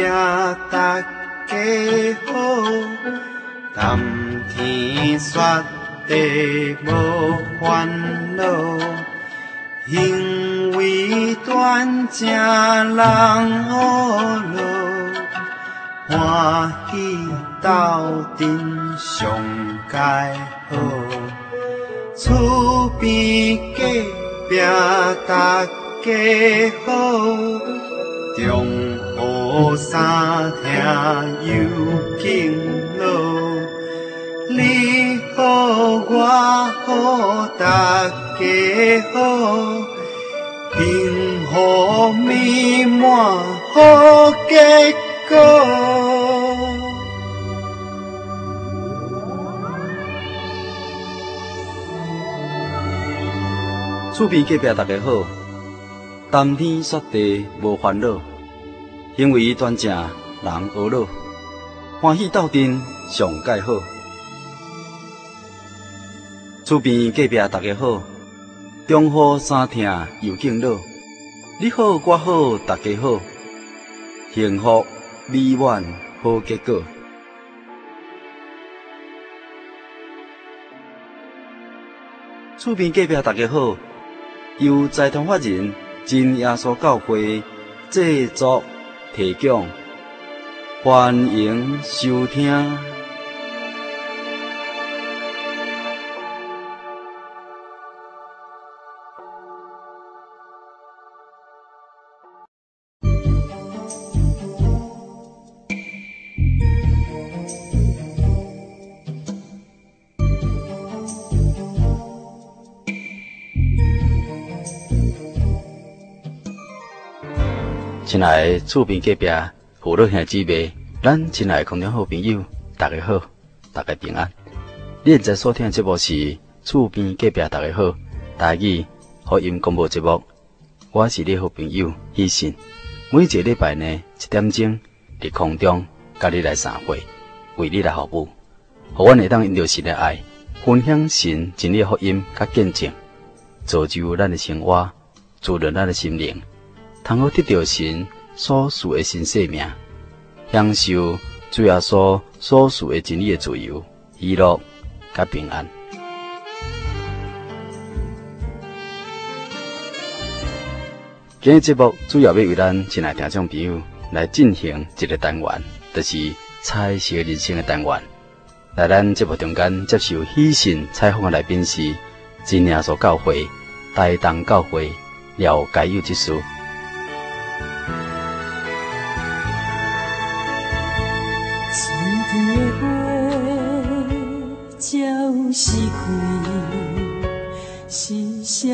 大家好，谈天说地无烦恼，行为端正人学路，欢喜斗阵上佳好，厝边隔壁大家好，中好三听有敬老，你好我好大家好，幸福美满好结果。 厝边隔壁大家好，谈天说地无烦恼，行为端正人学老，欢喜斗阵上佳好。厝边隔壁大家好，中好三听又敬老，你好我好大家好，幸福美满好结果。厝边隔壁大家好，由财团法人真耶稣教会制作提供，欢迎收听。亲爱的厝边隔壁父老兄姊妹，咱亲爱的空中好朋友，大家好，大家平安。你现在所听的节目是厝边隔壁大家好台语福音广播节目，我是你好朋友喜信。每一个礼拜呢1点钟伫空中甲你来相会，为你来服务，互阮会当因着神的爱，分享神真理的福音甲见证，造就咱的生活，滋润咱的心灵，通好得到神所赐的新生命，享受主耶稣所赐的真理的自由、喜乐甲平安。今日节目主要要为咱亲爱听众朋友来进行一个单元，就是彩色人生的单元。来咱节目中间接受喜信采访的来宾是真耶稣教会台东教会廖解友执事。 鸟是开，是啥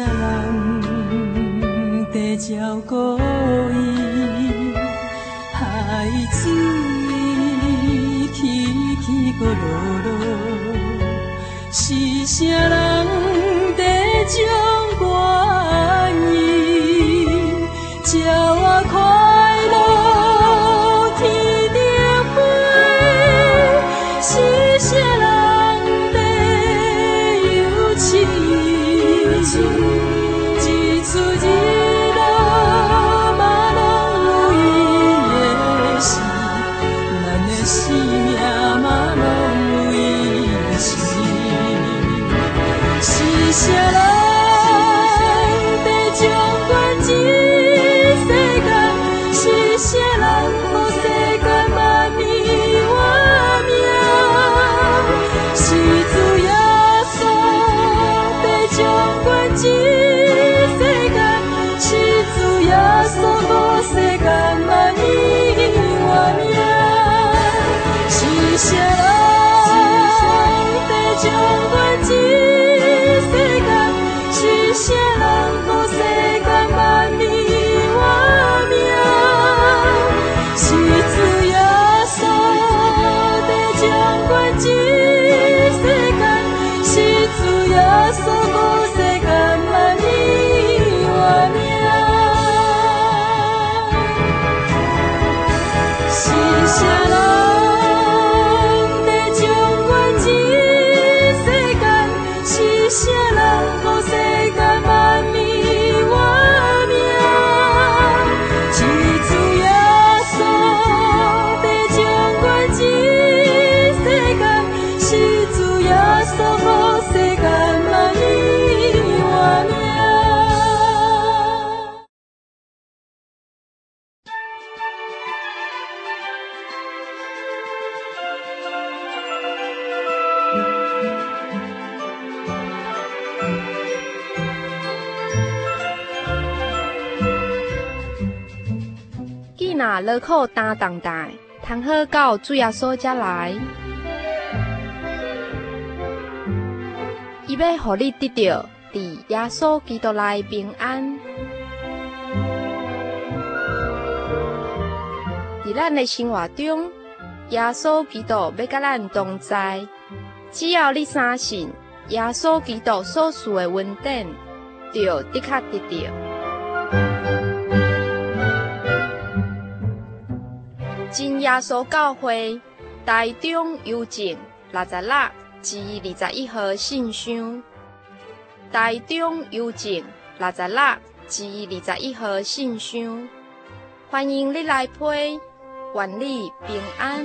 人在照顾伊？海水起起过落落，是啥人在将我引？鸟啊快乐天顶飞，是啥人？一出一落嘛拢有伊的事，咱的生命嘛拢有伊的事。是啥人在掌管这世间？是啥人予世间万年活命？是主耶稣在掌管这世间，是主耶稣予世间万年活命。是啥人在掌管这世间？是啥人予世间万年活命？是主耶稣在掌管这世间，是主耶稣予世间万年活命。是啥人嘛落苦担重担，通好到主耶稣遮来。伊要互你得到伫耶稣基督内平安。伫咱的生活中，耶稣基督要甲咱同在。只要你相信耶稣基督所赐的恩典，就的确得到。真耶稣教会台中邮政66至21号信箱，台中邮政66至21号信箱，欢迎你来批，愿你平安。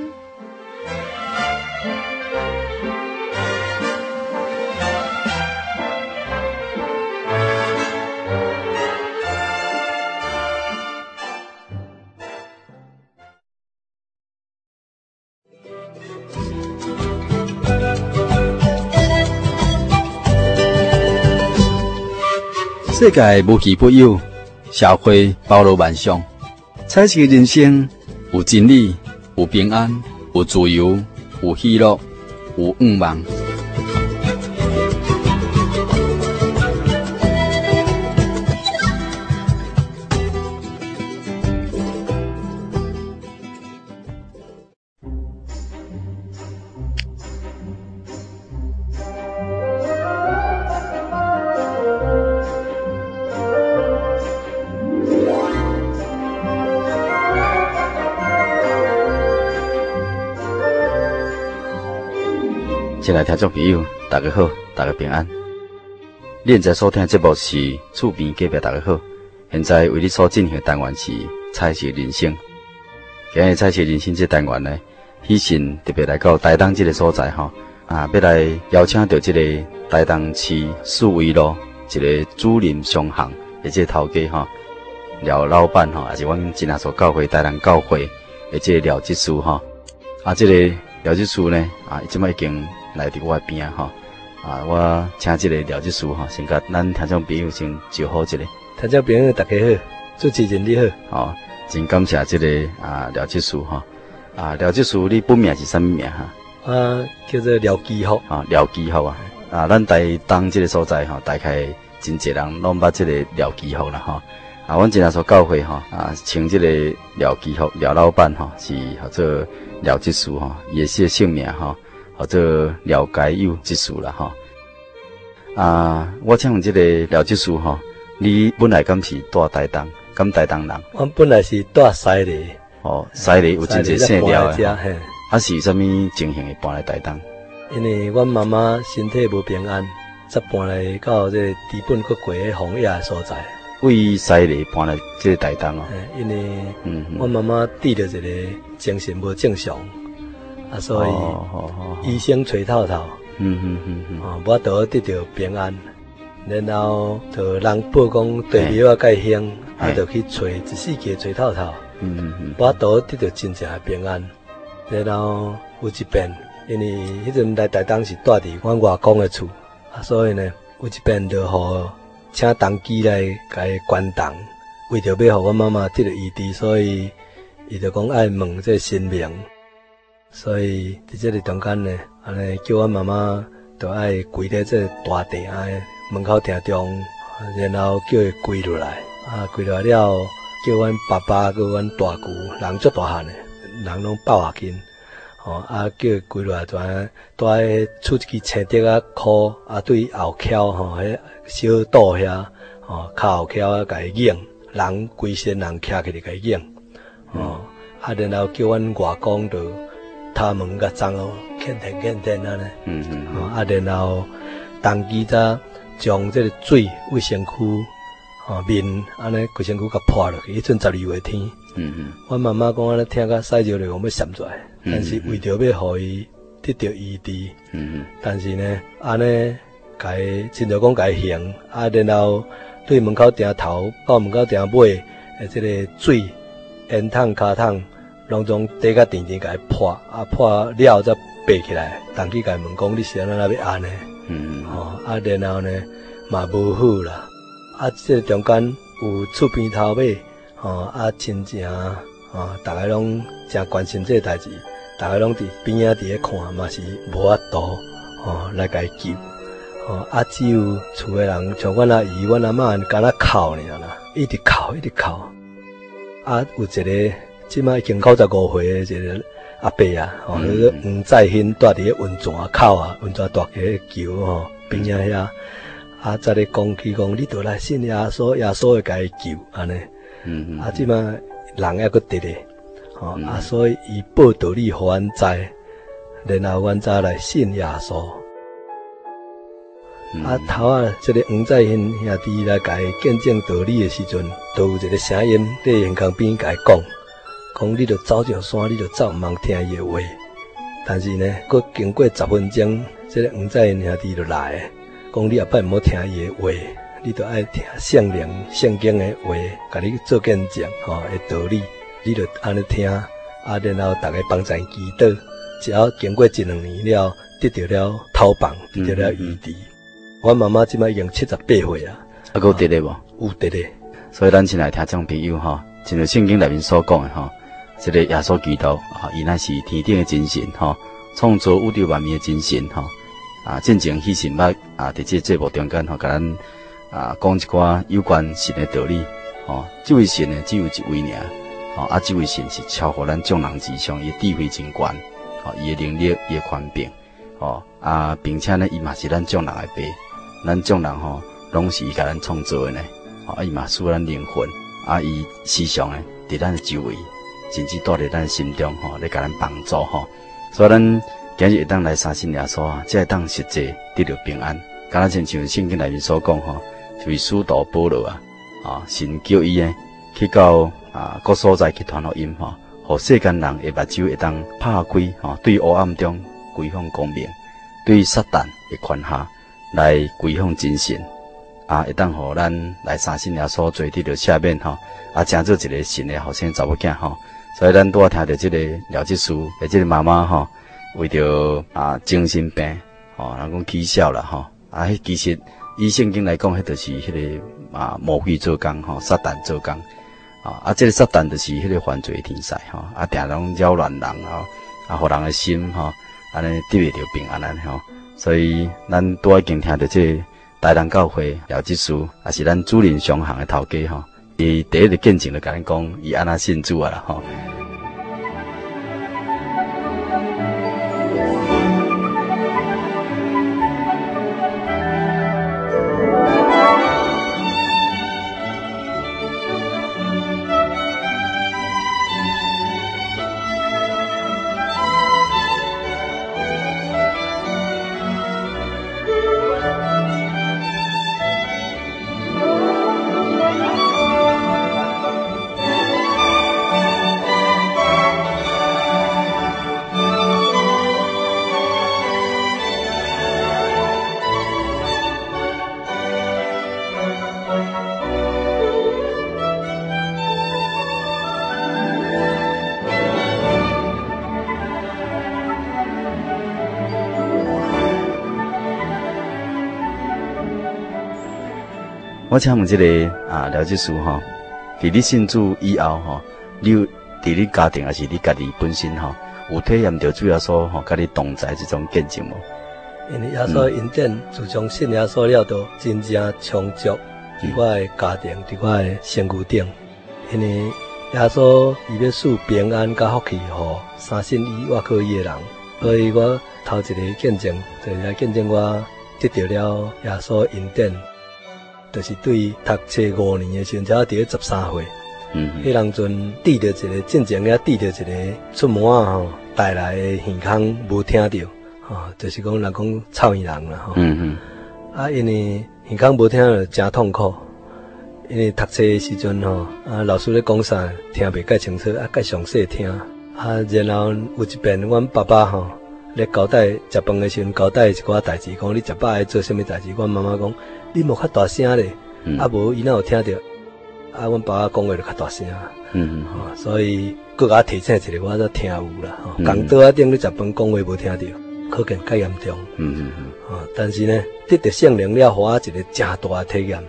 世界无奇不有，社会包罗万象。彩色人生有真理，有平安，有自由，有喜乐，有愿望。亲爱的听众朋友，大家好，大家平安。你现在收听的节目是《厝边隔壁大家好》，现在为你所进行的单元是《彩色人生》。今日《彩色人生》这单元呢，喜神特别来到台东这个所在吼，要来邀请到这个台东市四维路一个主任商行的这个头家吼，廖老板吼，也是阮真耶稣教会台东教会的这个廖执事吼。这个廖执事呢，伊即摆已经来伫我边吼，我请这个廖执事吼，先甲咱听众朋友先招呼一下。 听众朋友大家好，主持人你好。 真感谢这个廖执事吼。廖执事你本名是啥物名哈？ 叫做廖基福。 廖基福咱台东这个所在吼，大概真侪人拢捌这个廖基福啦吼。阮真耶稣教会吼，请这个廖基福廖老板吼，是叫做廖执事吼，伊的这姓名吼。或者廖解友执事啦吼，我请问这个廖执事吼，你本来敢是住台东，敢台东人？ 我本来是住西里， 西里有真侪姓廖的，是啥物情形会搬来台东？ 因为阮妈妈身体无平安，才搬来到这个基本国过的荒野的所在。 为西里搬来这个台东哦？ 因为阮妈妈得了一个精神无正常。所以医生找透透，我都得到平安，然后就人报讲地庙啊介兴，就去找一世纪找透透，我都得到真正的平安。然后有一遍，因为迄阵来台东是住伫阮外公的厝，所以呢，有一遍就互请同机来甲伊捐动，为着要互阮妈妈得到医治，所以伊就讲爱问这神明。所以伫这个中间呢，安尼叫阮妈妈就爱跪在这大地的门口厅中，然后叫伊跪落来，跪落来了，叫阮爸爸跟阮大舅人足大汉的，人拢8外斤，叫伊跪落来就安带出一支青竹啊箍，对后翘迄小肚遐，靠后翘甲伊拧，人规身人徛起来甲伊拧，然后叫阮外公就。他门甲张哦，欠天安尼，然后当机则将这个水卫生区面安尼卫生区甲泼落去，迄阵12月天，阮妈妈讲安尼听甲屎尿流要闪出来，但是为着要互伊得到医治，但是呢安尼甲伊亲像讲甲伊行，然后对门口埕头到门口埕尾，这个水烟筒骹筒。拢总底甲甜甜甲伊破，破了才爬起来。当去甲伊问讲你是安怎要安呢？然后呢嘛无好啦。这中间有厝边头尾，亲情大家拢真关心这个代志，大家拢伫边仔伫咧看，嘛是无法度来甲伊救。只有厝诶人像阮阿姨、阮阿嬷，敢若哭尔啦，一直哭。有一个即摆已经95岁诶一个阿伯啊，迄个黄在兴住伫咧温泉口啊，温泉大溪桥边仔遐，才咧讲起讲，你倒来信耶稣，耶稣会甲伊救安尼。即摆人还佫伫咧，所以伊报道理互阮知，然后阮才来信耶稣。头即个黄在兴兄弟来甲伊见证道理诶时阵，都有一个声音伫现场边甲伊讲你着走上山，你着走毋通听伊诶话。但是呢，佫经过10分钟，即个黄在兴兄弟就来，讲你后摆毋好听伊诶话，你着爱听圣灵、圣经诶话，甲你做见证诶道理，你着安尼听，然后大家帮助祈祷，只要经过1-2年了，得到了头棒，得到了医治。阮妈妈即摆已经78岁啊， 佫有得咧无？ 有得咧。 所以咱亲爱听众朋友亲像圣经内面所讲诶这个耶稣基督伊乃是天顶诶真神创造宇宙万物诶真神进前迄神捌伫这节目中间甲咱讲一寡有关神诶道理这位神呢只有一位尔这位神是超乎咱众人之上，伊智慧真悬伊诶能力、伊诶权柄并且呢伊嘛是咱众人诶爸。咱众人拢是伊甲咱创造诶呢，伊嘛使咱灵魂，伊时常诶伫咱诶周围，甚至住伫咱心中咧甲咱帮助所以咱今日会当来相信耶稣才会当实际得到平安。敢若亲像圣经内面所讲就是使徒保罗神叫伊呢去到各所在去传福音互世间人诶目睭会当拍开对黑暗中归向光明，对撒旦诶权下来归向真神会当互咱来相信耶稣做得到赦免成做一个神的后生查某囝所以咱拄听到这个廖执事诶这个妈妈为着精神病人讲起笑啦迄其实以圣经来讲，迄就是迄个魔鬼做工撒旦做工这个撒旦就是迄个犯罪天使定拢扰乱人互人的心安尼得袂到平安安所以咱拄已经听到这个台南教会廖执事，也是咱主任商行的头家伊第一个见证就甲咱讲，伊安那信主啦我请问这个廖执事伫你信主以后你有伫你家庭还是你家己本身有体验到主耶稣甲你同在这种见证无？ 因为耶稣恩典，自从信耶稣了，都真正充足伫我的家庭，伫我的身躯顶。因为耶稣伊要赐平安甲福气互相信伊、倚靠伊的人，所以我头一个见证，就是来见证我得到了耶稣恩典。就是对读册5年的时阵，才伫咧13岁。迄当阵滴着一个进前也滴着一个出门带来的耳孔无听到，就是讲人讲臭耳人啦因为耳孔无听到真痛苦，因为读册的时阵老师咧讲啥听袂介清楚，介详细听然后有一遍阮爸爸咧交代食饭的时阵交代一寡代志，讲你食饱爱做啥物代志，阮妈妈讲。你莫较大声咧，无伊哪有听到？阮爸爸讲话就较大声，所以佮我提醒一个，我才听有啦。讲桌仔顶咧食饭讲话无听到，可见介严重。但是呢，得到圣灵了，互我一个真大的体验，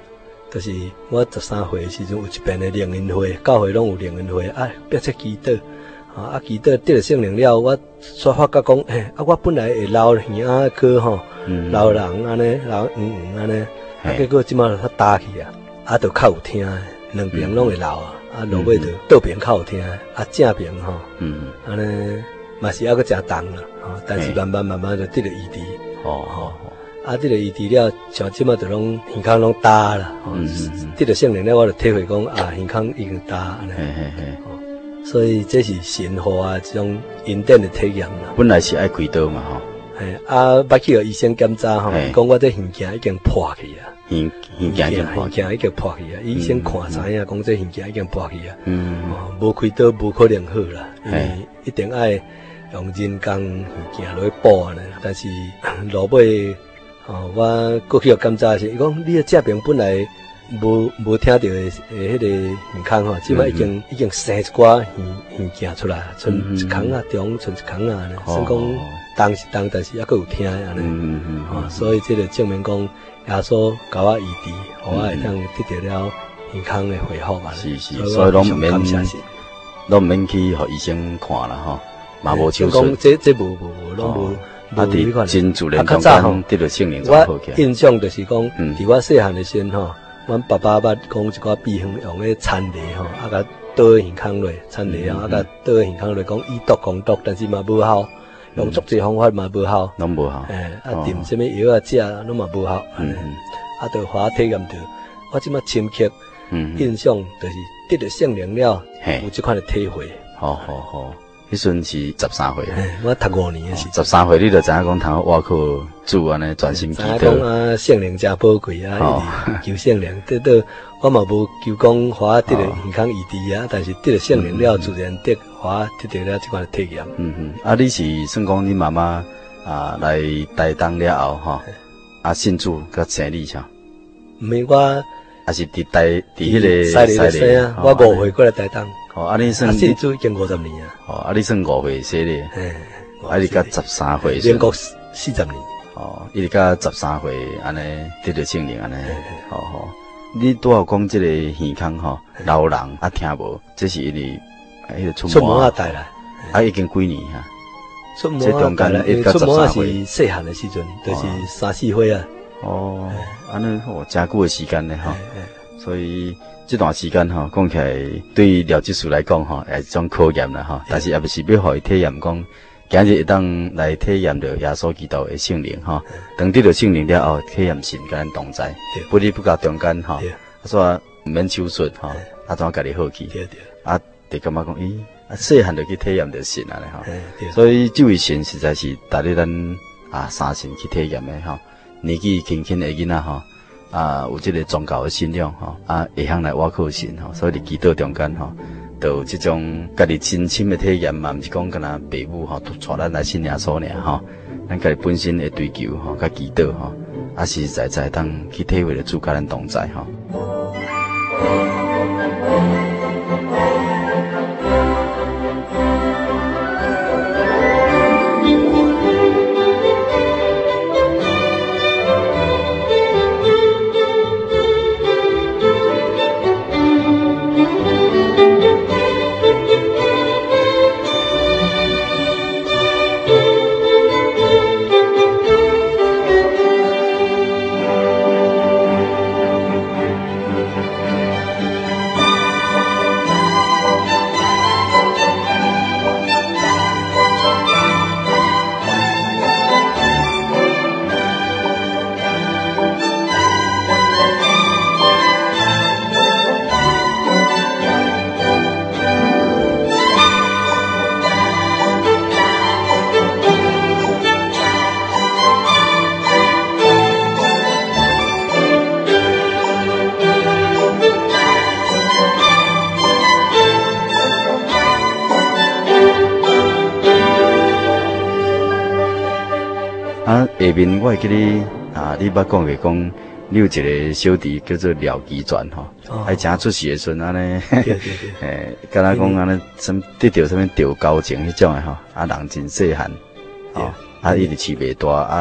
就是我13岁的时阵有一遍的灵恩会，教会拢有灵恩会，逼切祈祷，祈祷得了圣灵了，我煞发觉讲，我本来会老耳仔去吼，老人安尼，老安尼，结果即马就较打去就较有听，两边拢会老落尾就倒边较有听，正边吼，安尼嘛是还佫诚重啦，但是慢慢就得了医治，得了医治了，像即马就拢耳孔拢大啦，得了圣灵了，我就体会讲耳孔已经大安尼，所以这是神乎这种恩典的体验啦。 本来是爱开刀嘛吼， 捌去互医生检查吼，讲我这耳镜已经破去啊，耳镜已经破去啊，医生看知影讲这耳镜已经破去啊，无开刀无可能好啦，因为一定爱用人工耳镜落去补安尼，但是落尾。我过去有检查是，伊讲你这边本来无听到的迄个耳孔吼，即摆已经生一寡耳镜出来，剩一孔中，剩一孔呢，算讲重是重，但是还佫有听安尼，所以这个证明讲耶稣甲我医治，互我会当得到了耳孔的恢复啊。 是，所以拢毋免去互医生看啦吼，嘛无手术。 讲这无拢无。 伫真自然中间得到圣灵就好起来。 我印象就是讲，伫我细汉的时阵吼，阮爸爸捌讲一寡秘方用咧掺梨吼，甲倒耳孔落，掺梨甲倒耳孔落，讲以毒攻毒，但是嘛无效，用足侪方法嘛无效， 拢无效。 啉什么药食拢嘛无效，就互我体验到，我即马深刻印象就是得到圣灵了，有即款的体会。 好。迄阵是13岁， 我读5年的时 ，13岁你就知影讲通我靠主安尼专心祈祷。 知影讲圣灵真宝贵求圣灵得到，我嘛无求讲互我得了耳孔医治但是得了圣灵了，自然得互我得到了这款的体验。 你是算讲你妈妈来台东了后信主甲生你啥？ 毋是我， 还是伫迄个西里啊，我5岁过来台东。 你算信主已经50年啊！你算5岁生的，你甲13岁， 民国40年。 伊甲13岁安尼得到圣灵安尼，好。你拄好讲这个耳孔老人听无，这是因为迄个出门带来， 已经几年出门带来，出门是细汉的时阵，就是3、4岁啊。 安尼真久的时间呢所以。这段时间讲起来对廖执事来讲也是一种考验啦但是也不是要互伊体验讲，今日会当来体验着耶稣基督的圣灵当得到圣灵了后，体验神甲咱同在，不离不到中间说毋免手术怎家己好去，就感觉讲细汉就去体验着神安尼所以这位神实在是带领咱三神去体验的年纪轻轻的囡仔有这个宗教的信仰会晓来倚靠神所以伫祈祷中间就有这种家己真心的体验嘛，毋是讲干那父母带咱来信耶稣尔咱家己本身的追求甲祈祷实实在在当去体会着主甲咱同在下面我会记你你捌讲过讲，你有一个小弟叫做廖基全还真出事的时阵安尼，敢若讲安尼，得到什么调高情迄种的人真细汉，伊就饲袂大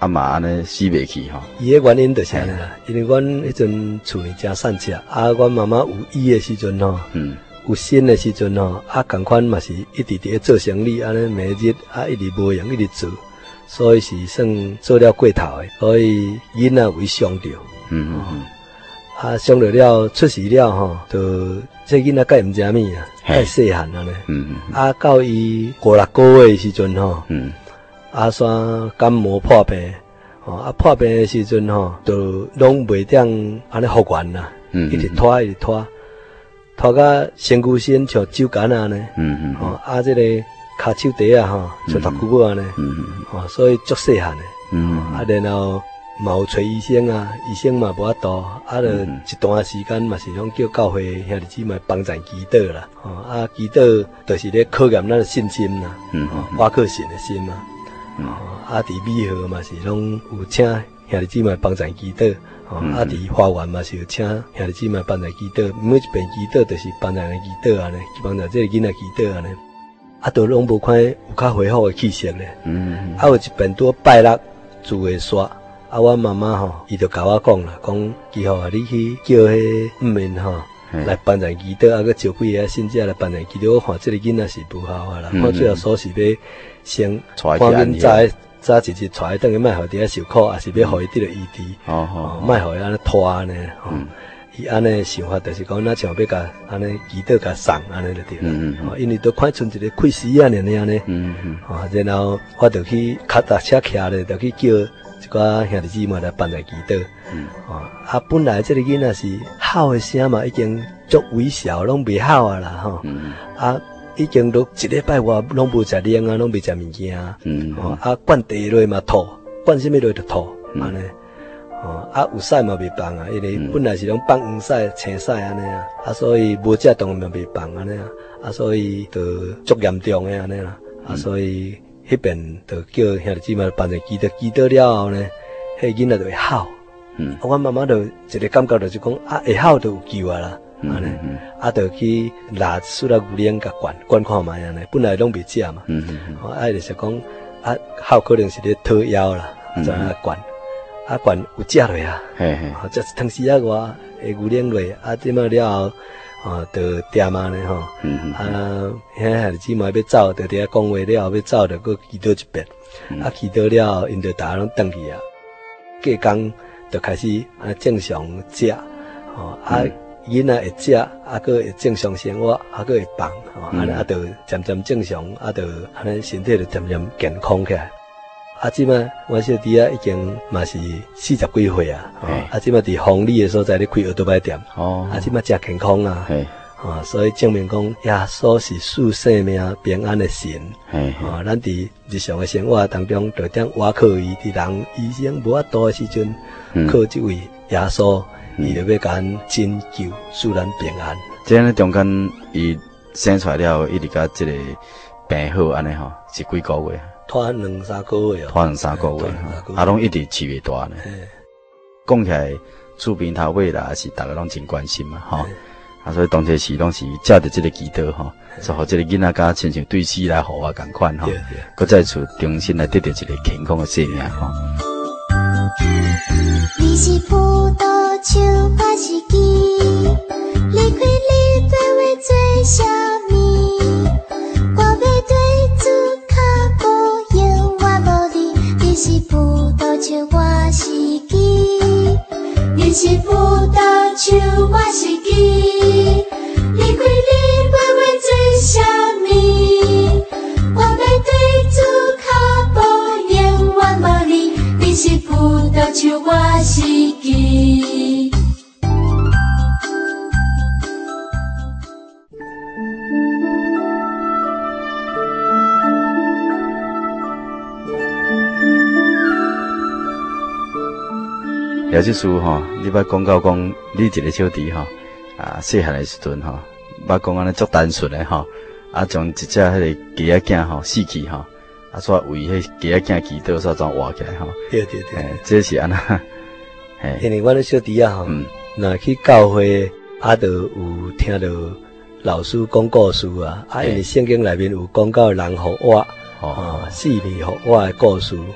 啊嘛安尼死袂去吼。 伊个原因就是安尼啦，因为阮迄阵厝里真善食，啊，阮妈妈有伊的时阵吼，有新的时阵吼，啊，共款嘛是一直伫咧做生意，安尼每日啊一直无闲一直做，所以是算做了过头的，所以囡仔为伤着。啊，伤着了出事了吼，就这囡仔介毋食物啊，介细汉安尼。啊，到伊5、6个月的时阵吼，啊，煞感冒破病，啊破病的时阵吼，就拢袂当安尼复原啦，一直拖，拖到身躯身像手竿安尼，啊，这个骹手底啊吼，像大骨母安尼，所以足细汉的，啊，然后。嘛有找医生啊，医生嘛无法度，啊，就一段时间嘛是拢叫教会兄弟姊妹帮咱祈祷啦，啊，祈祷就是咧考验咱的信心啦，挖克神的心嘛，啊，伫美和嘛是拢有请兄弟姊妹帮咱祈祷，啊，伫花园嘛是有请兄弟姊妹帮咱祈祷，每一遍祈祷就是帮咱祈祷安尼，帮咱这个囡仔祈祷安尼，啊，都拢无看有较恢复的气息咧，啊，有一遍拄拜六住的煞。啊，阮妈妈吼，伊就甲我讲啦，讲以后啊，你去叫迄面吼来帮咱祈祷，啊，佮招几个信者来帮咱祈祷。我看这个囡仔是无效啊啦，我最后所是要先赶紧早一日带伊等于卖互伫遐受苦，也是要互伊得到医治，卖互伊安尼拖安尼吼。伊安尼想法就是讲，咱像要甲安尼祈祷甲送安尼就对啦。因为都快剩一个开始啊，安尼，然后我就去脚踏车徛咧，就去叫。一寡兄弟姊妹来帮咱祈祷，啊，本来这个囡仔是吼的声嘛，已经足微小，拢袂吼啊啦吼，啊，已经都一礼拜外拢无食奶啊，拢袂食物件啊，啊，灌茶落嘛吐，灌什么落就吐，安尼，啊，有屎嘛袂放啊，因为本来是拢放黄屎、青屎安尼啊，啊，所以无食当嘛袂放安尼啊，啊，所以就足严重的安尼啦，啊，所以。迄边就叫兄弟姊妹帮着祈祷了后呢，迄囡仔就会哭。我妈妈就一个感觉就是讲啊，会哭就有救啊啦，安尼，啊，就去拿塑料牛奶甲灌看卖安尼，本来拢袂食嘛，啊，就是讲啊，哭可能是咧讨药啦，就啊灌有食落啊，食一汤匙仔外诶牛奶落，啊，点啊了后。就点啊呢吼，啊，兄弟姊妹要走，就伫遐讲话了后要走，就搁祈祷一遍，啊，祈祷了后，因就大家拢转去啊，过工就开始正常食，啊，囡仔会食，啊，搁会正常生活，啊，搁会放，安尼啊，就渐渐正常，啊，就安尼身体就渐渐健康起来。啊，即摆阮小弟啊，已经嘛是40几岁啊，啊，即摆伫丰里的所在咧开奥多麦店，啊，即摆真健康啊，所以证明讲耶稣是赐生命平安的神，咱伫日常的生活当中，就当倚靠伊，伫人医生无法度的时阵，靠这位耶稣，伊就要甲咱拯救，使咱平安。 即样中间伊生出来了，一直甲即个病好安尼吼，是几个月？ 拖2、3个月哦， 拖2、3个月，啊，拢一直饲袂大呢。讲起来，厝边头尾啦，是大家拢真关心嘛，吼。啊，所以当这时拢是借着这个祈祷吼，说互这个囡仔甲亲像对死来互我共款吼，搁再次重新来得到一个健康的生命吼。 你是葡萄树，我是枝，离开你对我做啥物？我要对主脚步永远无离。你是葡萄树，我是枝，你是葡萄树，我是枝。离开你，为我做啥物？我要对主脚步永远无离。你是葡萄树，我是枝。 了这书吼，你捌讲到讲你一个小弟吼，啊，细汉的时阵吼，捌讲安尼足单纯的吼，啊，将一只迄个鸡仔囝吼死去吼，啊，煞为迄鸡仔囝祈祷，煞怎活起来吼？ 对， 这是安那， 因为阮的小弟啊吼，若去教会，啊，就有听到老师讲故事啊，啊，因为圣经内面有讲到人互活，4年互活的故事，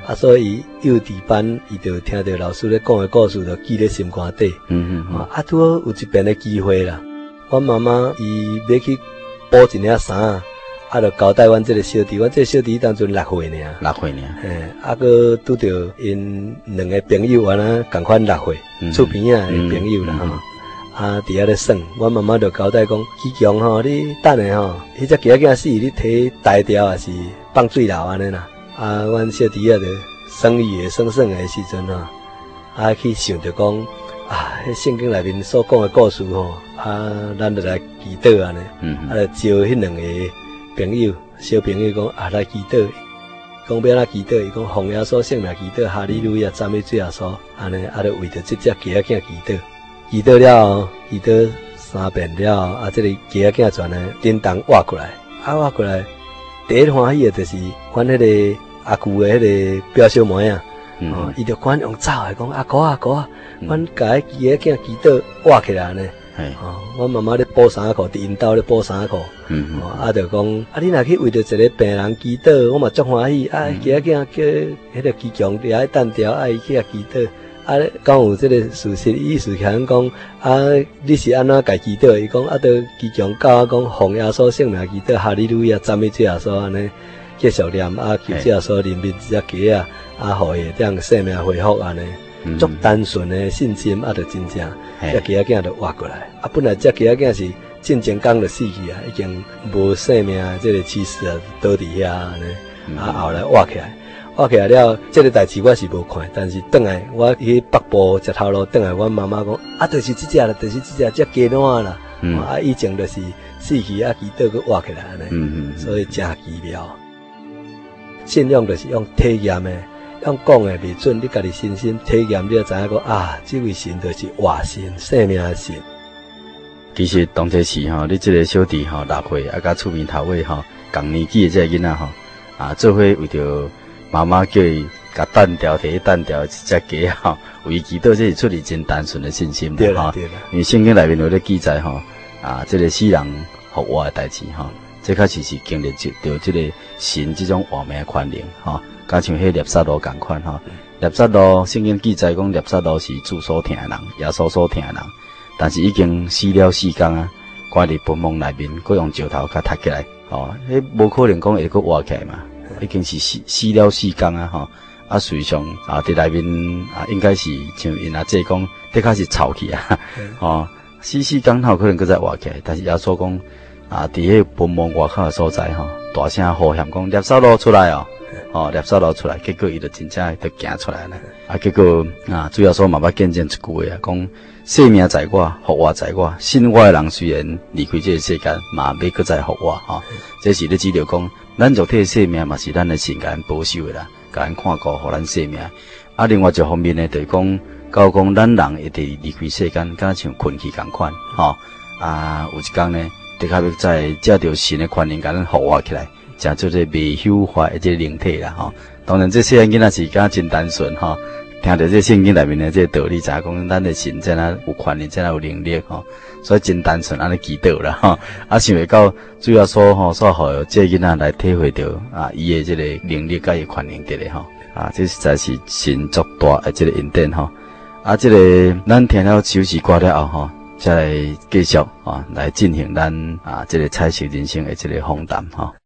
所以幼稚班伊就听到老师咧讲的故事，就记咧心肝底。拄好有一遍的机会啦，阮妈妈伊要去补一领衫，就交代阮这个小弟，阮这个小弟当阵6岁尔。6岁尔。佮拄着因两个朋友安那共款6岁，厝边仔的朋友啦吼。伫遐咧耍，阮妈妈就交代讲，基强吼，你等下吼，迄只鸡仔死，你摕大条还是放水流安尼啦。阮小弟就耍伊的耍的时阵吼，去想着讲，迄圣经内面所讲的故事吼，咱就来祈祷安尼，就招迄两个朋友，小朋友讲，来祈祷，讲要哪祈祷，伊讲奉耶稣圣名祈祷，哈利路亚，赞美主耶稣，安尼，就为着这只鸡仔祈祷，祈祷了，祈祷3遍了，这个鸡仔全呢，叮当挖过来，挖过来，第一欢喜的就是阮迄个阿舅的迄个表小妹啊，伊就管用走的讲阿哥啊，阮甲迄鸡仔祈祷挖起来呢。阮妈妈咧补衫裤，伫因兜咧补衫裤，就讲你若去为着一个病人祈祷，我嘛足欢喜。鸡仔叫迄个基强伫遐等调，伊去遐祈祷。讲有这个事实意思，像讲你是安怎家祈祷？伊讲都基强教我讲，奉耶稣圣名祈祷，哈利路亚，赞美主耶稣安尼。继续念求主耶稣怜悯这只鸡互伊这样生命恢复安尼。足单纯的信心，就真正，只鸡仔就活过来。本来只鸡仔是进前刚就死去啊，已经无生命，这个气势倒伫遐安尼。后来活起来了，这个代志我是无看，但是转来我去北部石头路转来，阮妈妈讲，就是这只啦，就是这只鸡卵啦。以前就是死去祈祷去活起来安尼。所以真奇妙。信仰就是用体验的。用讲的未准，你家己身心体验，你就知影讲这位神就是活神，生命的神。 其实当这时吼，你这个小弟吼6岁，甲厝边头尾吼共年纪的这个囡仔吼，做伙为着妈妈叫伊甲单调摕单调一只鸡吼，为祈祷，这是出于真单纯的信心对啦。 因为圣经内面有咧记载吼，这个死人复活的代志吼，这确实是经历着这个神这种活命的权能吼。加像迄列撒罗共款吼，列撒罗圣经记载讲列撒罗是主所疼的人，耶稣所疼的人，但是已经死了4天啊，关伫坟墓内面，佮用石头甲踢起来，迄无可能讲会佮活起来嘛，已经是死了4天啊，随上伫内面应该是像因阿姐讲，的确是臭去死4天后可能佮再活起来，但是耶稣讲伫迄坟墓外口的所在大声呼喊讲列撒罗出来列撒罗出来，结果伊就真正就行出来了。结果主要说嘛，要见证一句话讲生命在我，复活在我。信我的人虽然离开这个世间，嘛要搁再复活这是咧指着讲，咱肉体的生命嘛是咱的神甲咱保守的啦，甲咱看顾，互咱生命。另外一方面呢，就是讲，讲咱人一直离开世间，敢像困去共款有一天呢，的确要再借着神的权能，甲咱复活起来。讲做这未朽坏的这灵体啦当然这些囡仔是敢真单纯听到这圣经内面的这道理，知影讲咱的神在那有权力，在那有能力所以真单纯安尼祈祷啦想袂到主要说所互这囡仔来体会到伊的这个能力甲伊权能伫咧这实在是神足大的这个恩典这个咱听了首诗歌了后再来继续来进行咱这个彩色人生的这个访谈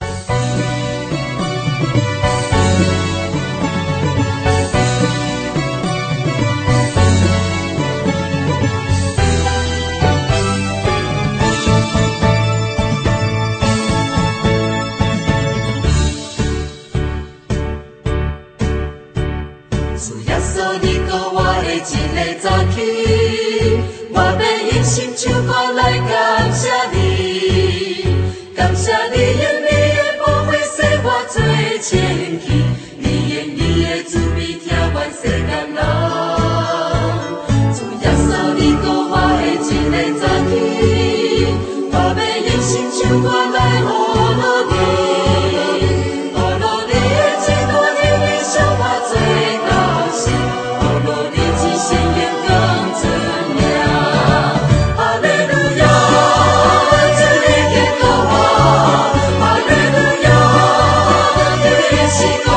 早起，我要用心唱歌来感谢你，感谢你用你的宝血洗我最清气，你用你的慈悲疼阮世间人。主耶稣，你给我的一个早起，我要用心唱歌来呼噜你，呼噜你的这段日子使我最高兴，呼噜你。是。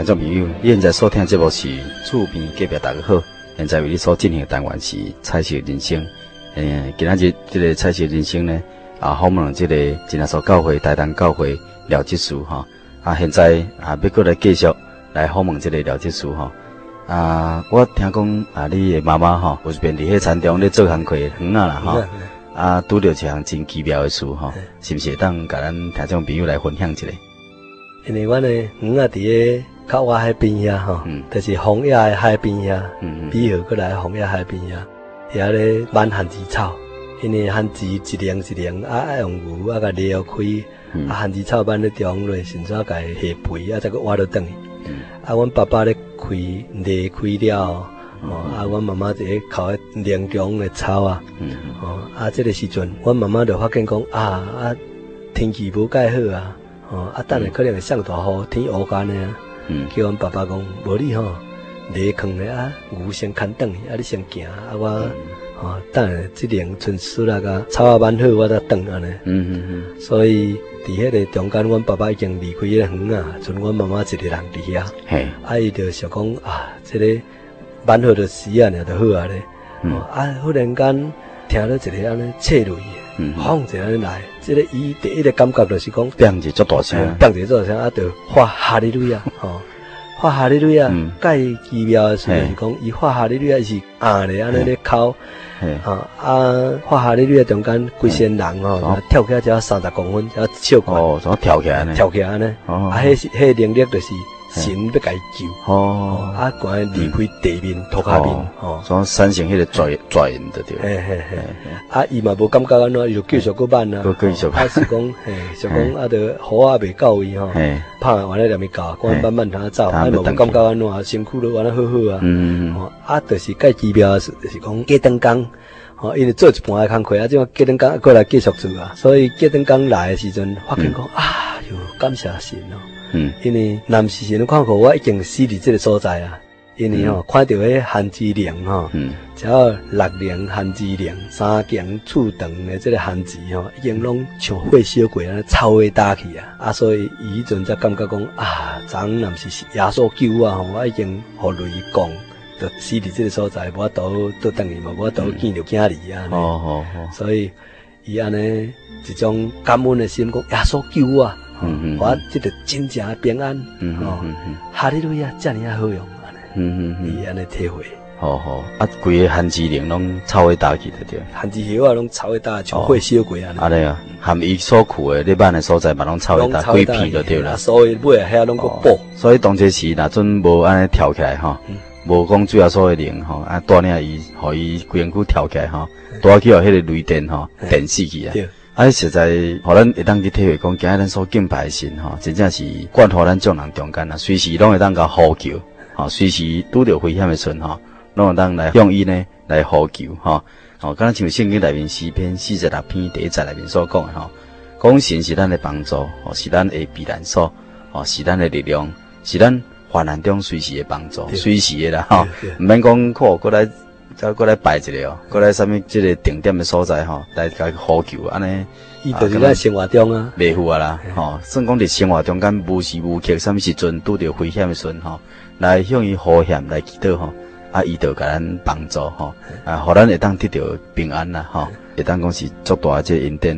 听众朋友，你现在收听的节目是《厝边隔壁大家好》，现在为你所进行的单元是彩色人生。今仔日这个彩色人生呢，访问这个真耶稣教会台东教会廖执事哈。现在要过来继续来访问这个廖执事哈。我听讲你的妈妈哈，有一遍伫迄田中咧做工课园啦哈，拄着一项真奇妙的事哈，是不是当甲咱听众朋友来分享一下？ 因为阮的园伫咧靠我海边遐吼，就是枫叶的海边遐，比河过来枫叶海边遐，遐咧挽番薯草，因为番薯一连一连爱用牛甲撩开，番薯草挽咧中落，甚至甲下皮再个挖落转去。阮爸爸咧裂开了，阮妈妈伫咧靠连中的草这个时阵，阮妈妈就发现讲天气无介好等下可能会上大雨，天乌干的叫阮爸爸讲，无你裂坑咧牛先牵转去，你先行我等下这连春树啦甲草挽好，我再转安尼。所以伫迄个中间，阮爸爸已经离开迄个园剩阮妈妈一个人伫遐。伊就想讲这个挽好的时就好咧。忽然间听到一个安尼切泪，轰一安尼来，这个伊第一个感觉就是讲， 变一足大声， 就发哈利路亚，发哈利路亚。介奇妙的事就是讲，伊发哈利路亚是咧安尼咧哭。发哈利路亚中间规身人跳起来只要30公分，只要笑过。 怎么跳起来呢？ 跳起来呢？迄能力就是神要甲伊救。关离开地面、土下面。 怎产生迄个转因的对。 伊嘛无感觉安怎，伊就继续搁挽继续。 是讲，想讲就雨未到伊拍完了念伊教，赶慢慢他走，嘛无感觉安怎，身躯都安尼好好就是介奇妙的事，就是讲过灯工。因为做一半的工课即个过灯工过来继续做所以过灯工来的时阵，发现讲感谢神因为南市神看过我已经死伫这个所在因为看到迄番薯林只要6年番薯林3间厝长的这个番薯已经拢像火烧过安尼臭的打去所以伊迄阵才感觉讲昨南是耶稣救我已经互雷讲。就死伫这个所在，无法度倒转去，无法度见着囝儿所以伊安尼一种感恩的心，讲耶稣救我，我这个真正的平安，哈利路亚，遮尔好用伊安尼体会。 规个番薯林拢臭会打去的对。 番薯叶拢臭会打，像火烧过安尼。 含伊所去的咧挽的所在嘛拢臭会打，规片就对啦。 所以尾遐拢个补。 所以当这时若阵无安尼跳起来无讲主要所的灵带领伊，互伊规身躯跳起来带去迄个雷电电死去实在互咱会当去体会讲，今日咱所敬拜的神真正是灌互咱众人中间随时拢会当甲呼救随时拄着危险的时阵拢会当来用伊呢来呼救敢若像圣经内面诗篇46篇第1节内面所讲的讲神是咱的帮助是咱的避难所是咱的力量，是咱患难中随时的帮助，随时的啦毋免讲过来拜一个过来啥物即个定点的所在来甲呼救安尼。 伊就是咱生活中袂赴啦算讲伫生活中间无时无刻啥物时阵拄着危险的时阵来向伊呼喊来祈祷伊就甲咱帮助互咱会当得到平安啦会当讲是足大的这个恩典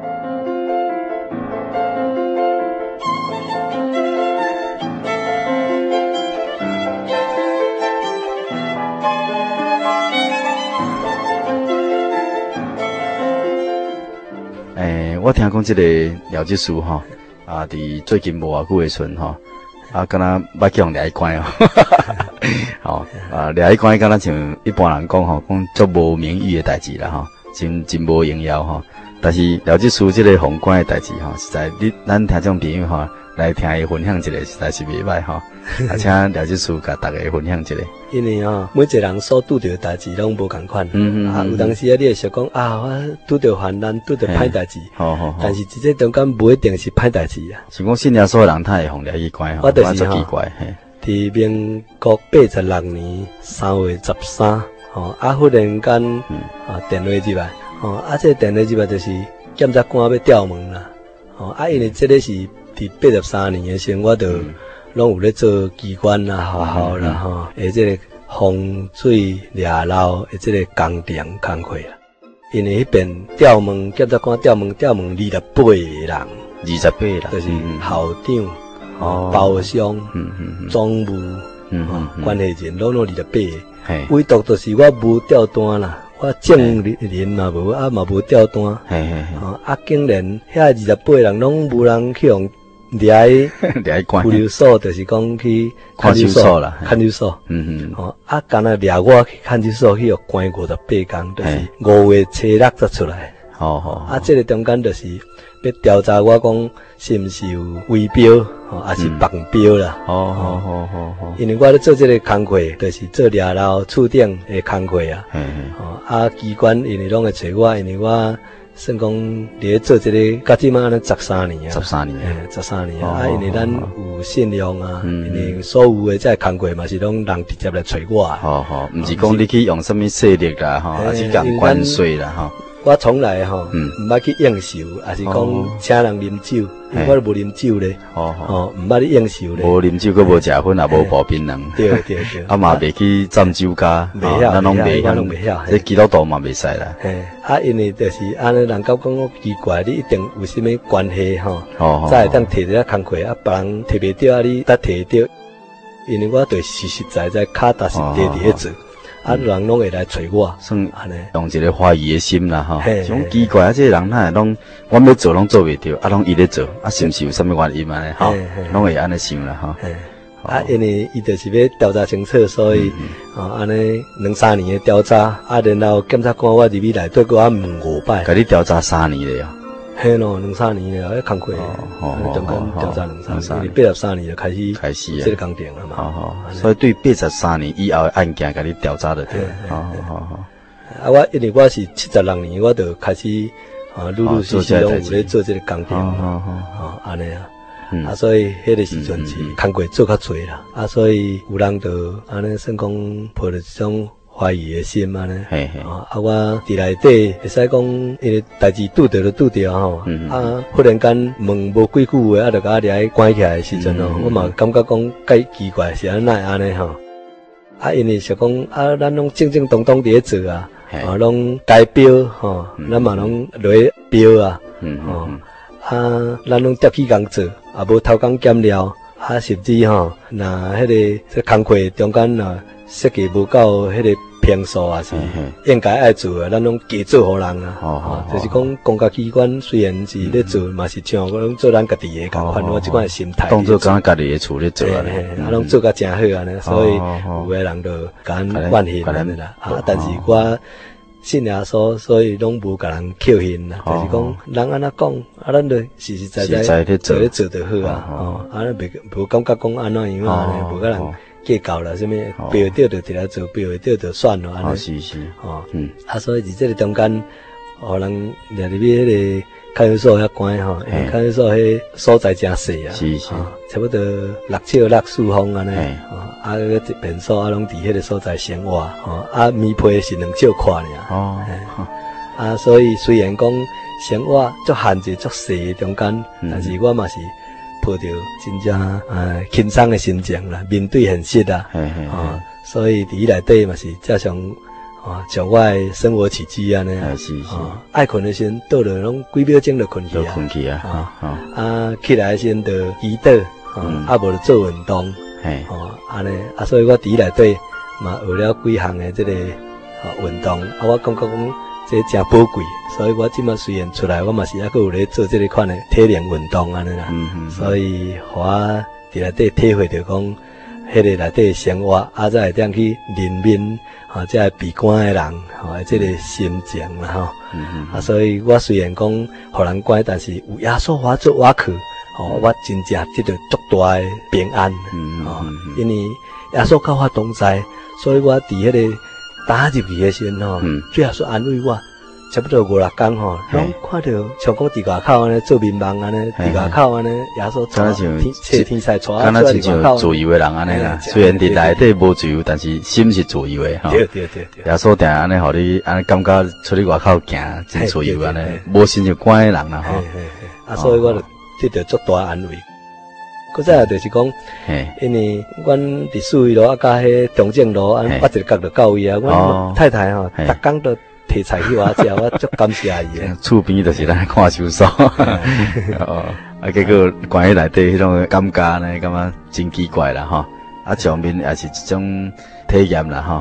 我听讲这个廖执事伫最近无偌久的时阵敢若捌去互掠去关掠去关敢若像一般人讲讲足无名誉的代志啦真无荣耀但是廖执事这个封关的代志实在咱听众朋友来听伊分享一下，实在是袂歹请廖执事甲大家分享一下。 因为每一个人所拄着的代志拢无共款，有当时你会想讲我拄着患难，拄着歹代志，但是这中间不一定是歹代志是讲信耶稣的人，他会互掠去关我就是奇怪伫民国86年3月13，忽然间电话入来，这电话入来就是检察官要调问啦，因为这个是伫83年的时候，我就拢有咧做机关啦、学校啦吼，即个风水掠漏的即个工程工课啦。因为迄边调门检察官调门28个人 ，28个人， 就是校长、包厢、总务、关系人，拢28个。唯独就是我无调单啦，我证人嘛无，嘛无调单。竟然遐28个人拢无人去用掠关拘留所，就是讲去看守所啦，看守所。干那掠我去看守所去要关58天，就是5月初6才出来。这个中间就是要调查我讲是毋是有围标，还是绑标啦。因为我咧做这个工课，就是做掠漏厝顶的工课啊。机关因为拢会找我，因为我。算讲，伫做这个，到即满安尼13年啊，13年啊，因为咱有信用啊，因为所有的这工课嘛是拢人直接来找我啊。毋是讲你去用什么势力啦，还是讲关税啦，我从来毋捌去应酬，还是讲请人啉酒，我都无啉酒咧，毋捌去应酬咧。 无啉酒，佮无食薰，也无刨槟榔。 对。 嘛袂去占酒家，咱拢袂晓。这基督徒嘛袂使啦。 因为就是安尼，人讲我奇怪，你一定有啥物关系才会当摕着工课，别人摕袂着，你才摕着。因为我对实在脚踏实地伫咧做。人拢会来找我， 算安尼，用一个怀疑的心啦，种奇怪这个人哪会拢，我要做拢做袂到，拢伊咧做，是毋是有啥物原因安尼？拢会安尼想啦， 因为伊就是要调查清楚，所以安尼2、3年的调查，然后检察官我入去内底，我问5摆， 甲你调查3年了。 嘿咯，2、3年了，工课，中间调查2、3年，因为83年就开始这个工程了嘛。 所以对83年以后的案件，甲你调查的对。 因为我是76年，我就开始陆续拢有咧做这个工程，安尼啊。所以迄个时阵是工课做较多啦，所以有人就安尼算讲抱着这种。怀疑的心安尼，我伫内底会使讲，因为代志拄着吼，忽然间问无几句话，就甲我掠关起来的时阵我嘛感觉讲介奇怪，是安奈安尼吼，因为是讲咱拢正正当当伫咧做啊，拢该标咱嘛拢落标啊，咱拢调起工做，无偷工减料，甚至那迄个这工课中间设计无够迄个平素啊，是应该爱做的，咱拢加做互人啊。就是讲公家机关虽然是咧做，嘛是像我拢做咱家己的共款，我即款的心态。 当做咱家己的厝咧做啊， 拢做甲真好安尼，所以有个人就甲咱怨恨安尼啦。但是我信耶稣，所以拢无甲人扣恨啦。就是讲人安怎讲，咱就实实在在做咧做就好啊。无感觉讲安怎样安尼，无甲人。计较啦，什么标着就摕来做，标着就算了，安尼是， 所以伫这个中间，互人入入去迄个看守所遐关看守所迄所在真细啊， 是， 差不多6尺6四方安尼，个便所拢伫迄个所在生活，棉被是2尺宽尔，所以虽然讲生活足限制足细中间，但是我嘛是。抱着真正轻松的心情啦，面对现实啦，所以伫内底嘛是照常像我的生活起居安尼，爱困的时倒落拢几秒钟就困去啊，起来的时就祈祷，无就做运动，安尼所以我伫内底嘛学了几项的这个运动，我感觉讲。这真宝贵，所以我即马虽然出来，我嘛是还阁有咧做这个款的体能运动安尼啦。所以，互我伫内底体会着讲，迄个内底生活，才会当去人面，才会闭关的人，这个心情啦所以我虽然讲互人关，但是有耶稣我做我去，我真正得到足大的平安。因为耶稣甲我同在，所以我伫迄个。打入去的时候最后说安慰我，差不多5、6天拢看到像讲伫外口安尼做民望安尼，伫外口安尼耶稣带天使带敢若是像自由的人安尼啦。虽然伫内底无自由，但是心是自由的对。 耶稣定安尼，互你安尼感觉出去外口行真自由安尼，无心就关的人啦所以我就得到足大安慰。 搁再就是讲，因为阮伫四维路啊，甲迄中正路啊，我一个角就到位啊。阮太太吼，逐工都摕菜去我食，我足感谢伊诶。 厝边就是咱看手扫，结果关于内底迄种感觉呢，感觉真奇怪啦吼。上面也是一种体验啦吼。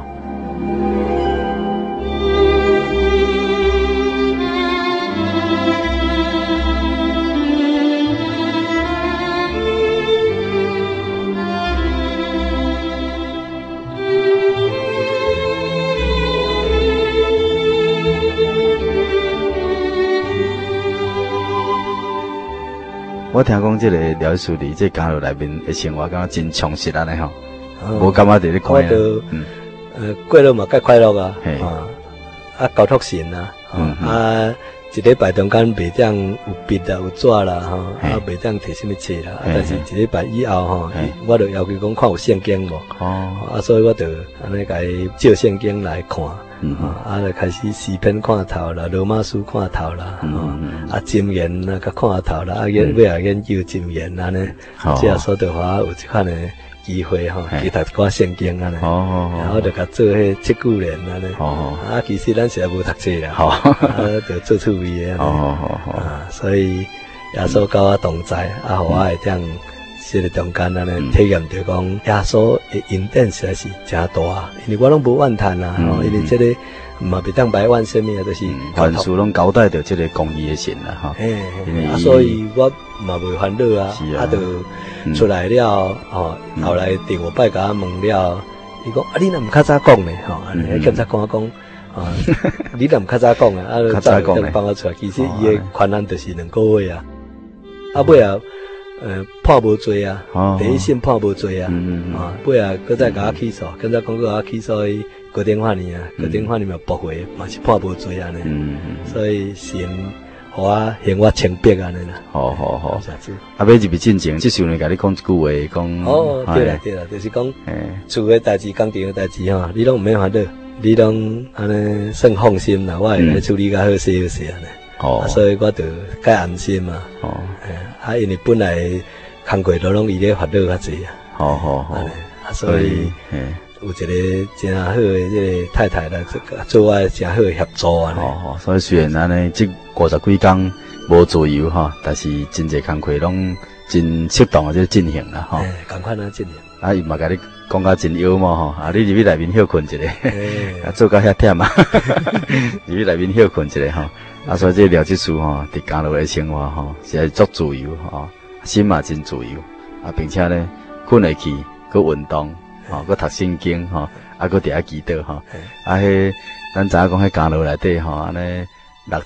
我听讲这个廖医师伫这家乐内面的生活，感觉真充实安尼吼。无感觉伫咧看过了嘛，介快乐啊，高速线啊，一礼拜中间袂当有笔啦，有纸啦，袂当摕什么册啦，但是一礼拜以后我就要求讲看有圣经无，所以我就安尼甲伊借圣经来看。就开始诗篇看头啦，罗马书看头啦，箴言啊，甲看头啦，尾也研究箴言安尼，这所的话有一款的机会去读看圣经安尼，然后就甲做迄七句联安尼，其实咱实在无读册啦，就做趣味的所以耶稣甲我同在，互我会当这个中间安尼体验着讲耶稣的恩典实在是真大，因为我拢无怨叹啦，因为这个嘛袂当埋怨什么，就是凡事拢交代着这个公义的神啦， 所以我嘛袂烦恼啊，就出来了，后来第五摆甲我问了，伊讲你若毋较早讲呢，检察官讲，你若毋较早讲较早讲帮我出来，其实伊的权限就是2个月啊，尾啊。判无罪啊，第一审判无罪啊，尾啊，搁再甲我起诉，检察官搁甲我起诉伊高等法院啊，高等法院嘛驳回，嘛是判无罪安尼，所以神互我嫌我清白安尼啦。 好，要入去进前，即时阵甲你讲一句话，讲对啦，就是讲，厝的代志、工程的代志吼，你拢毋免烦恼，你拢安尼算放心啦，我会来处理较好势安尼。所以我就较安心嘛。因为本来工课都拢伊咧烦恼较济啊。所以有一个真好的这个太太来做我真好的协助啊。 所以虽然安尼这50几天无自由但是真侪工课拢真适当的在进行啦赶快进行。 伊嘛甲你讲甲真幽默你入去内面休困一下，做到遐忝啊，入去内面休困一下所以这廖技师伫家乐的生活实在足自由心嘛真自由并且呢困会去，搁运动搁读圣经搁伫遐祈祷迄咱知影讲迄家乐内底安尼6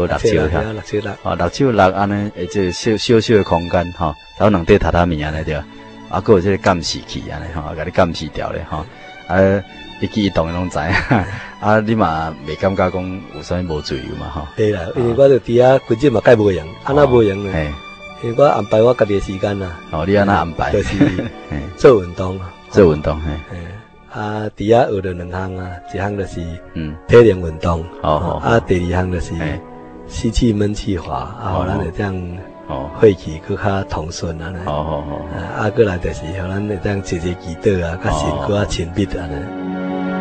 尺6安尼即小小的空间然后2块榻榻米安尼对，搁有这个监视器安尼甲你监视掉咧一举一动的拢知你嘛袂感觉讲有啥无自由嘛对啦，因为我就伫遐规日嘛介无闲，安那无闲呢？因为我安排我家己的时间啦。 你安那安排？ 就是做运动做运动伫遐学着2项啊，一项就是体能运动，第2项就是吸气闷气法，互咱会这样肺气更较通顺安尼。过来就是互咱会这样坐祈祷啊，甲神更较亲密安尼。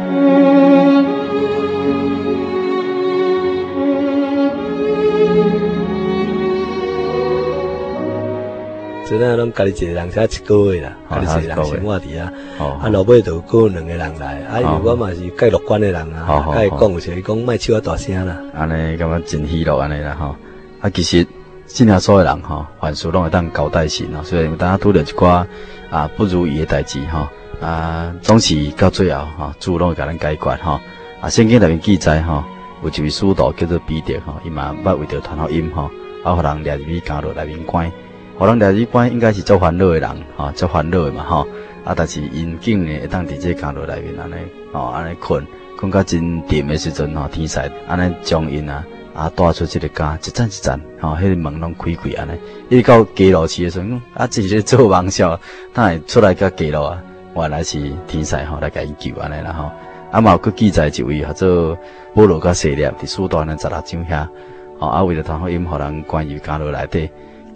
真正拢家己一个人才1个月啦，家己一个人生活伫遐，落尾就搁2个人来，因为我嘛是介乐观的人啊，甲伊讲有时伊讲莫笑啊大声啦， 安尼感觉真喜乐安尼啦其实真正所有人凡事拢会当交代神虽然当拄着一寡不如意的代志总是到最后主拢会甲咱解决圣经内面记载有一位使徒叫做彼得伊嘛捌为着传福音互人掠入去监牢内面关。互人掠入关应该是足烦恼的人足烦恼的嘛但是因竟然会当伫这监牢内面安尼困到真沉的时阵天使安尼将因带出这个家一站一站迄个门拢开开安尼，一直到街路市的时阵一直咧做梦想，当然出来甲街路原来是天使来甲因救安尼啦嘛有去记载一位叫做保罗甲西列伫使徒呢16章遐为了传福音互人关于监牢内底。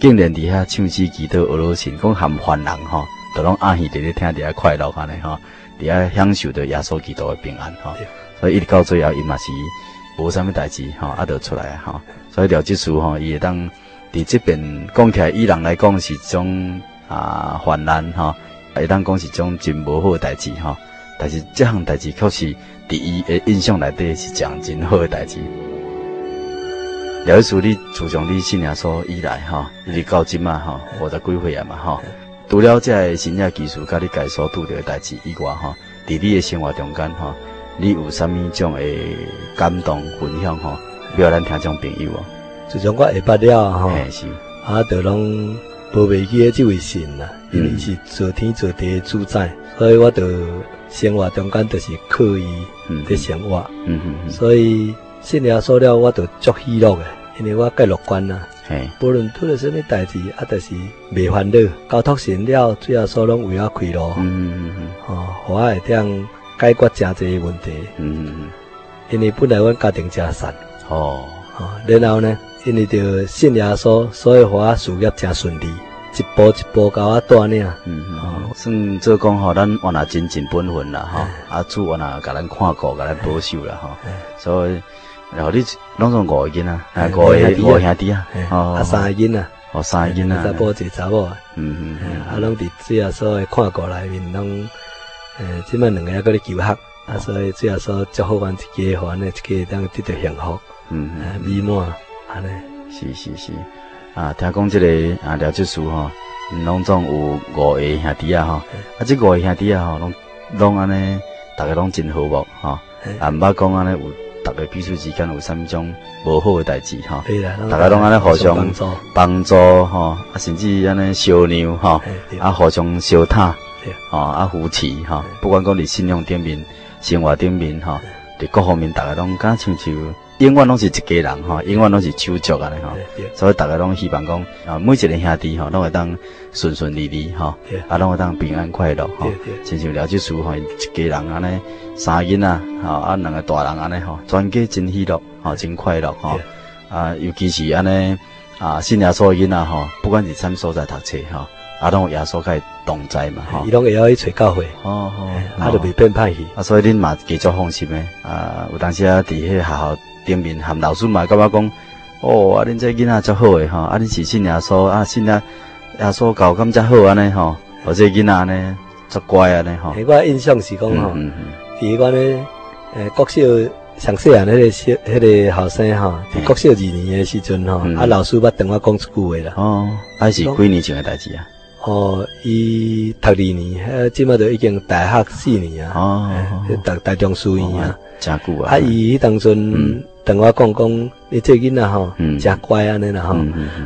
竟然伫遐唱诗祈祷俄罗斯，讲含凡人吼，都拢暗耳伫咧听伫遐快乐安尼吼，伫遐享受着耶稣基督的平安吼。所以一直到最后，伊嘛是无啥物代志吼，就出来啊吼。所以廖执事吼，伊会当伫这边讲起来，以人来讲是一种患难吼，会当讲是一种真无好的代志吼。但是这项代志确实伫伊的印象内底是一项真好的代志。廖执事，你自从你信耶稣以来吼，一直到今嘛吼，50几岁啊嘛吼，除了这个信仰技术，甲你家所拄到的代志以外吼，伫你的生活中间吼，你有啥物种的感动分享吼？要咱听众朋友哦。 自从我下捌了吼， 是就拢无袂记的这位神啦，因为是做天做地的主宰，所以我就生活中间就是靠伊在生活。所以信耶稣了，我就足喜乐的，因为我介乐观啦。无论拄着什么代志，就是袂烦恼。交托神了，主耶稣拢为我开路。互我会当解决真侪问题。因为本来阮家庭真散。然后呢，因为着信耶稣，所以互我事业真顺利，一步一步甲我带领。 算做讲吼，咱原来真尽本分啦吼，主原来甲咱看顾，甲咱保守啦吼，所以。然后你拢总5个囡仔，5兄弟啊 ，3个囡仔 ，3个囡仔， 查甫一个查某啊，拢伫主耶稣的看顾内面，拢即摆2个还搁咧求学，所以主耶稣祝福阮一家，互阮的一家当得到幸福，美满，安尼。 是，听讲这个廖执事吼，拢总有5个兄弟啊吼，这5个兄弟啊吼，拢安尼，大家拢真和睦吼，毋捌讲安尼有。大家彼此之间有啥物种无好的代志吼，大家拢安尼互相帮助吼，甚至安尼相让吼，互相相塔吼，扶持吼，不管讲伫信仰顶面、生活顶面吼，伫各方面大家拢敢亲像永远拢是一家人吼，永远拢是手足安尼吼，所以大家拢希望讲每一个兄弟吼，拢会当顺顺利利吼，拢会当平安快乐吼，亲像廖执事吼，一家人安尼。3个囡仔吼，2个大人安尼吼，全家真喜乐吼，真快乐吼。尤其是安尼信耶稣的囡仔吼，不管是啥所在读册吼，拢有耶稣甲伊同在嘛吼。 伊拢会晓去找教会，就袂变歹去。 所以恁嘛继续放心诶。有当时伫迄学校顶面含老师嘛，感觉讲，恁这囡仔足好诶吼，恁是信耶稣，信耶稣教咁遮好安尼吼，或者囡仔安尼足乖安尼吼。 我印象是讲吼。伫阮咧，国小上细汉迄个后生吼，伫国小2年的时阵吼，老师捌同我讲一句话啦。 是几年前的代志啊？ 伊读2年，即马就已经大学4年啊。读大中书院啊。 真久啊。 伊当阵同我讲，你这囡仔吼，真乖安尼啦吼。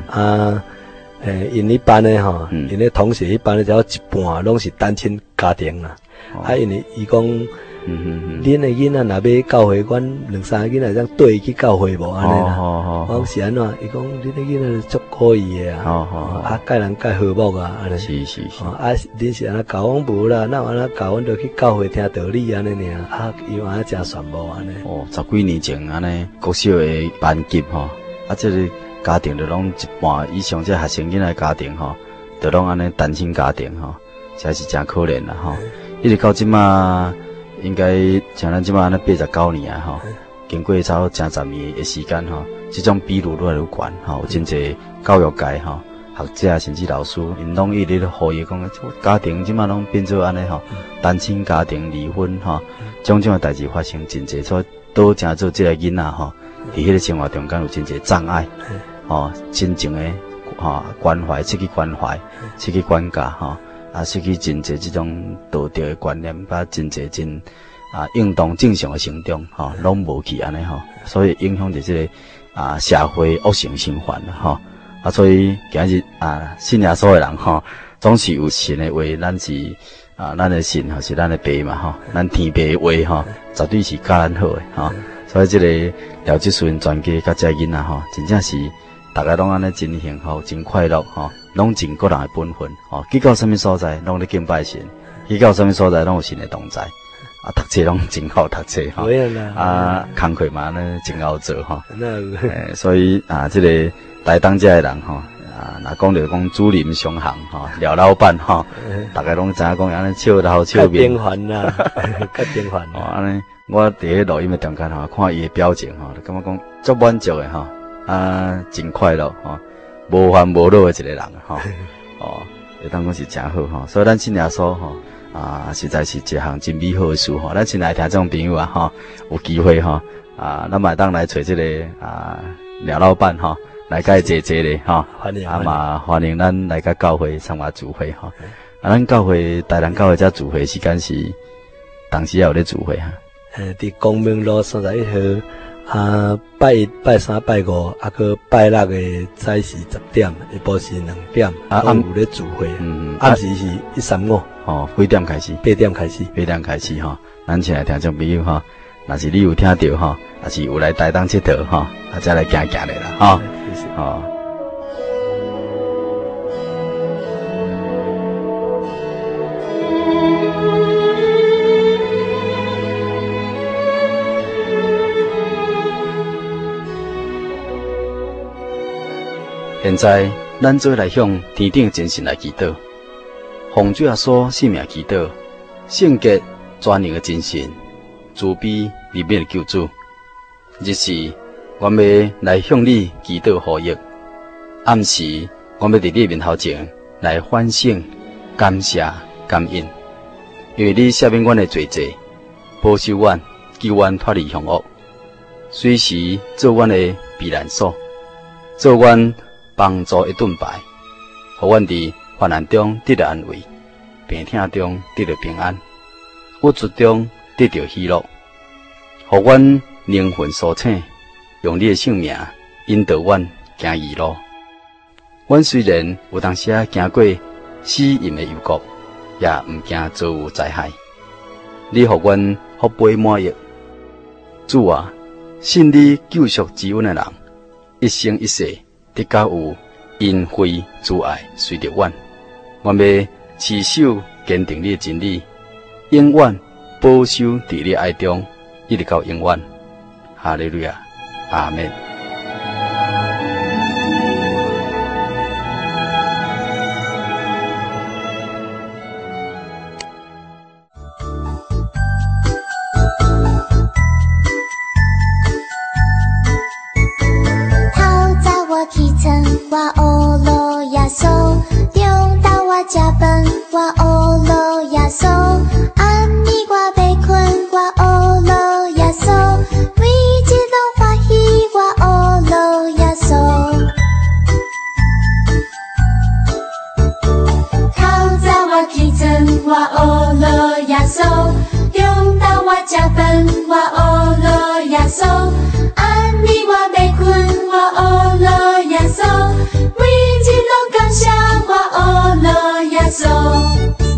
因迄班咧吼，因咧同学迄班咧只有一半拢是单亲家庭啦。因为伊讲。恁的囡仔若要教会，阮2-3个囡仔当缀去教会无安尼啦。我讲是安怎？伊讲恁的囡仔足可以的啊，介人介和睦啊，安尼。 是。 恁是安尼教阮无啦？那安尼教阮就去教会听道理安尼尔。伊安尼真羡慕安尼。 10几年前安尼国小的班级吼，这个家庭就拢一半以上，这学生囡仔家庭吼，就拢安尼单亲家庭吼，实在是真可怜啦吼。一直到即马。应该像咱即马安尼89年啊吼，经过差不多真10年的时间吼，这种比率愈来愈悬吼，有真侪教育界吼、学者甚至老师，因拢一直咧呼吁讲，家庭即马拢变做安尼吼，单亲家庭离婚吼，种种的代志发生真侪，所以都真做这个囡仔吼，伫迄个生活中间有真侪障碍吼，真正的关怀失去关怀，失去管教吼。失去真侪这种道德的观念，把真侪真应当正常的成长吼，拢无去安尼吼，所以影响着这个社会恶性循环吼。所以今日信耶稣的人吼，总是有神的话，咱是咱的神吼是咱的爸嘛吼，咱天爸的话吼，绝对是教咱好的吼。所以这个廖执事全家甲这囡仔吼，真正是大家拢安尼真幸福、真快乐吼。拢尽个人的本分，去到什么所在，拢咧敬拜神；去到什么所在，拢有神的同在。读册拢真好读册哈。工课嘛呢真好做哈。所以这个台东这的人若讲着讲主林上行吼，廖老板吼，大家拢知影讲安尼笑头笑面。 较平凡啦，较平凡。 哦，安尼我伫咧录音的中间吼，看伊的表情吼，就感觉讲足满足的吼，真快乐吼，无烦无恼的一个人吼，哦，会当讲是真好吼，所以咱信耶稣吼。实在是一项真美好的事吼！咱亲爱听众朋友啊，吼，有机会吼，咱嘛当来找这个廖老板吼，来甲伊坐坐咧吼， 欢迎， 嘛欢迎咱来甲教会参加聚会吼。咱教会台南教会这聚会时间是当时也有咧聚会哈。 伫光明路31号，拜一、拜三、拜五，搁拜六的早时10点，下晡是2点，暗有咧聚会。暗时是135。 哦，几点开始 ？8点开始。 8点开始吼，咱亲爱听众朋友吼，若是你有听到吼，也是有来台东佚佗吼，再来行行咧啦吼。哦。现在，咱做来向天顶真神来祈祷。奉主耶稣性命祈祷，圣洁专一的真神，慈悲怜悯的救主。日时，我要来向你祈祷呼吁；暗时，我要伫你面头前来反省、感谢、感恩，因为你赦免阮的罪责，保守阮，救阮脱离凶恶，随时做阮的避难所，做阮帮助的盾牌，互阮伫患难中得到安慰，病痛中得到平安，郁卒中得到喜乐，互阮灵魂苏醒，用你的性命引导阮行义路。阮虽然有当时行过死荫的幽谷，也毋惊遭有灾害。你互阮福杯满溢，主啊，信你救赎之恩的人，一生一世得到有恩惠慈爱随着阮。我要持守坚定你的真理，永远保守伫你爱中，一直到永远。哈利路亚，阿们。 透早我起床，我学路耶稣。食饭，我學路耶穌；暗暝我要困，我學路耶穌；每日攏歡喜，我學路耶穌。透早我起床，我學路耶穌；中晝我食飯，我學路耶穌；暗暝我要困，我學路耶穌；每日攏感謝我學路耶穌。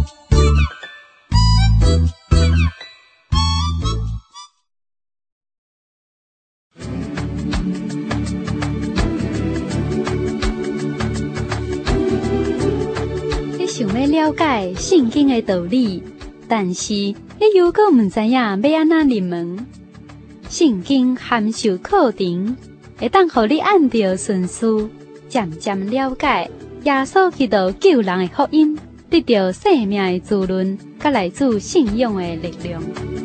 你想要了解聖經的道理，但是你又閣唔知影要安怎入門。聖經函授課程會當互你按照順序，漸漸了解耶穌基督救人的福音，得到生命的滋潤，甲來自信仰的力量。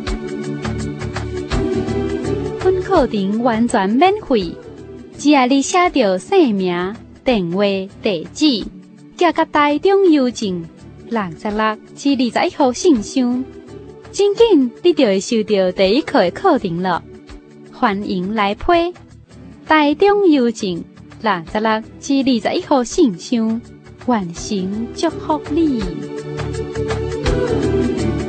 本課程完全免費，只要你寫着姓名、電話、地址，寄甲台中郵政66至21號信箱，真緊你就會收到第一課的課程了。歡迎來批台中郵政66至21號信箱，完成祝福你。